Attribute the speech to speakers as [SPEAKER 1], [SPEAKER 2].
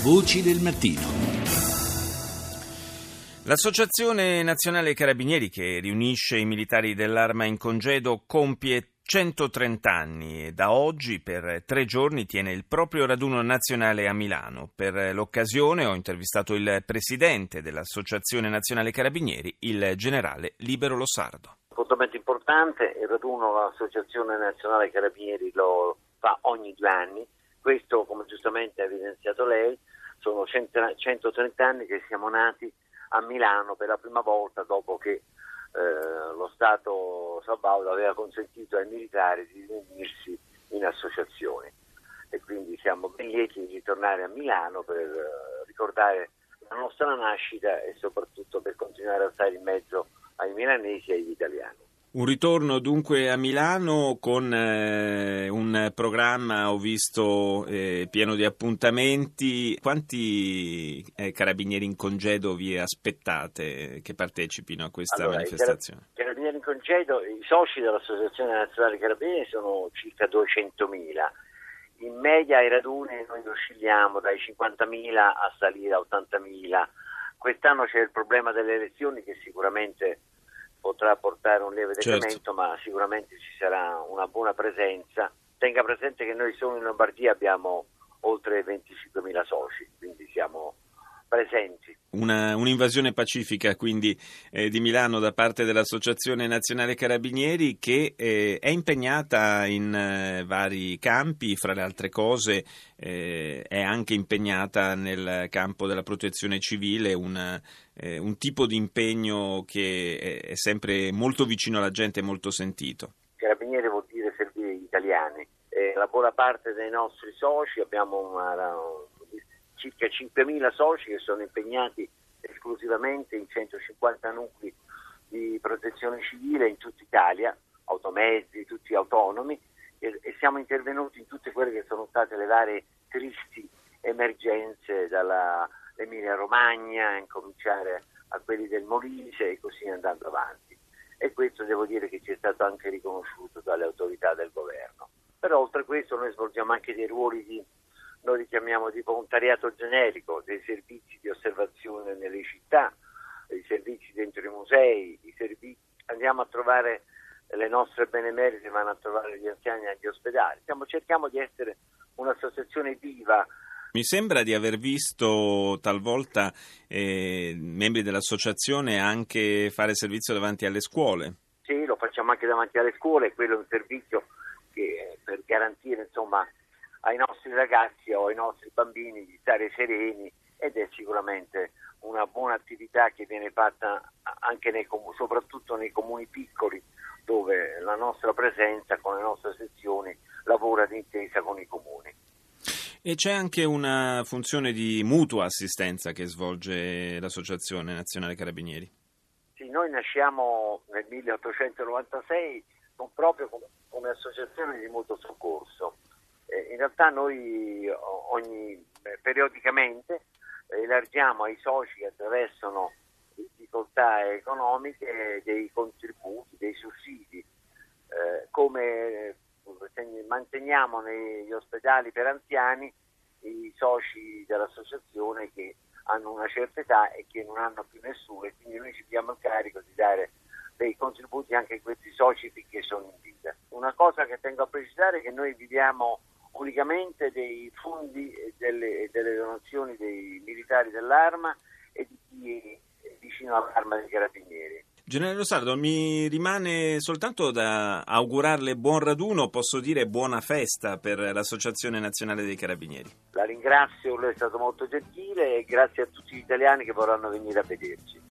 [SPEAKER 1] Voci del mattino.
[SPEAKER 2] L'Associazione Nazionale Carabinieri, che riunisce i militari dell'Arma in congedo, compie 130 anni e da oggi per 3 giorni tiene il proprio raduno nazionale a Milano. Per l'occasione ho intervistato il presidente dell'Associazione Nazionale Carabinieri, il generale Libero Losardo.
[SPEAKER 3] Assolutamente importante, il raduno l'Associazione Nazionale Carabinieri lo fa ogni 2 anni. Questo, come giustamente ha evidenziato lei, sono 130 anni che siamo nati a Milano per la prima volta dopo che lo Stato sabaudo aveva consentito ai militari di riunirsi in associazioni. E quindi siamo ben lieti di ritornare a Milano per ricordare la nostra nascita e soprattutto per continuare a stare in mezzo ai milanesi e agli italiani.
[SPEAKER 2] Un ritorno dunque a Milano con un programma, ho visto, pieno di appuntamenti. Quanti carabinieri in congedo vi aspettate che partecipino a questa manifestazione?
[SPEAKER 3] I carabinieri in congedo, i soci dell'Associazione Nazionale Carabinieri sono circa 200.000. In media ai raduni noi oscilliamo dai 50.000 a salire a 80.000. Quest'anno c'è il problema delle elezioni che sicuramente potrà portare un lieve decremento, certo, ma sicuramente ci sarà una buona presenza. Tenga presente che noi solo in Lombardia abbiamo oltre 25.000 soci, quindi siamo presenti.
[SPEAKER 2] Un'invasione pacifica quindi di Milano da parte dell'Associazione Nazionale Carabinieri, che è impegnata in vari campi, fra le altre cose è anche impegnata nel campo della protezione civile, un tipo di impegno che è sempre molto vicino alla gente e molto sentito.
[SPEAKER 3] Carabinieri vuol dire servire gli italiani. La buona parte dei nostri soci, abbiamo circa 5.000 soci che sono impegnati esclusivamente in 150 nuclei di protezione civile in tutta Italia, automezzi, tutti autonomi, e siamo intervenuti in tutte quelle che sono state le varie tristi emergenze dall'Emilia Romagna, a incominciare a quelli del Molise e così andando avanti. E questo devo dire che ci è stato anche riconosciuto dalle autorità del governo. Però oltre a questo noi svolgiamo anche dei ruoli noi li chiamiamo di volontariato generico, dei servizi di osservazione nelle città, i servizi dentro i musei, andiamo a trovare le nostre benemerite, vanno a trovare gli anziani agli ospedali. Cerchiamo di essere un'associazione viva.
[SPEAKER 2] Mi sembra di aver visto talvolta membri dell'associazione anche fare servizio davanti alle scuole.
[SPEAKER 3] Sì, lo facciamo anche davanti alle scuole, quello è un servizio che per garantire ai nostri ragazzi o ai nostri bambini di stare sereni, ed è sicuramente una buona attività che viene fatta anche soprattutto nei comuni piccoli, dove la nostra presenza con le nostre sezioni lavora d'intesa con i comuni.
[SPEAKER 2] E c'è anche una funzione di mutua assistenza che svolge l'Associazione Nazionale Carabinieri.
[SPEAKER 3] Sì, noi nasciamo nel 1896 proprio come associazione di mutuo soccorso. In realtà noi periodicamente elargiamo ai soci che attraversano difficoltà economiche dei contributi, dei sussidi, come manteniamo negli ospedali per anziani i soci dell'associazione che hanno una certa età e che non hanno più nessuno, e quindi noi ci diamo il carico di dare dei contributi anche a questi soci finché sono in vita. Una cosa che tengo a precisare è che noi viviamo unicamente dei fondi e delle donazioni dei militari dell'Arma e di chi è vicino all'Arma dei Carabinieri.
[SPEAKER 2] Generale Losardo, mi rimane soltanto da augurarle buon raduno, posso dire buona festa per l'Associazione Nazionale dei Carabinieri.
[SPEAKER 3] La ringrazio, lei è stato molto gentile, e grazie a tutti gli italiani che vorranno venire a vederci.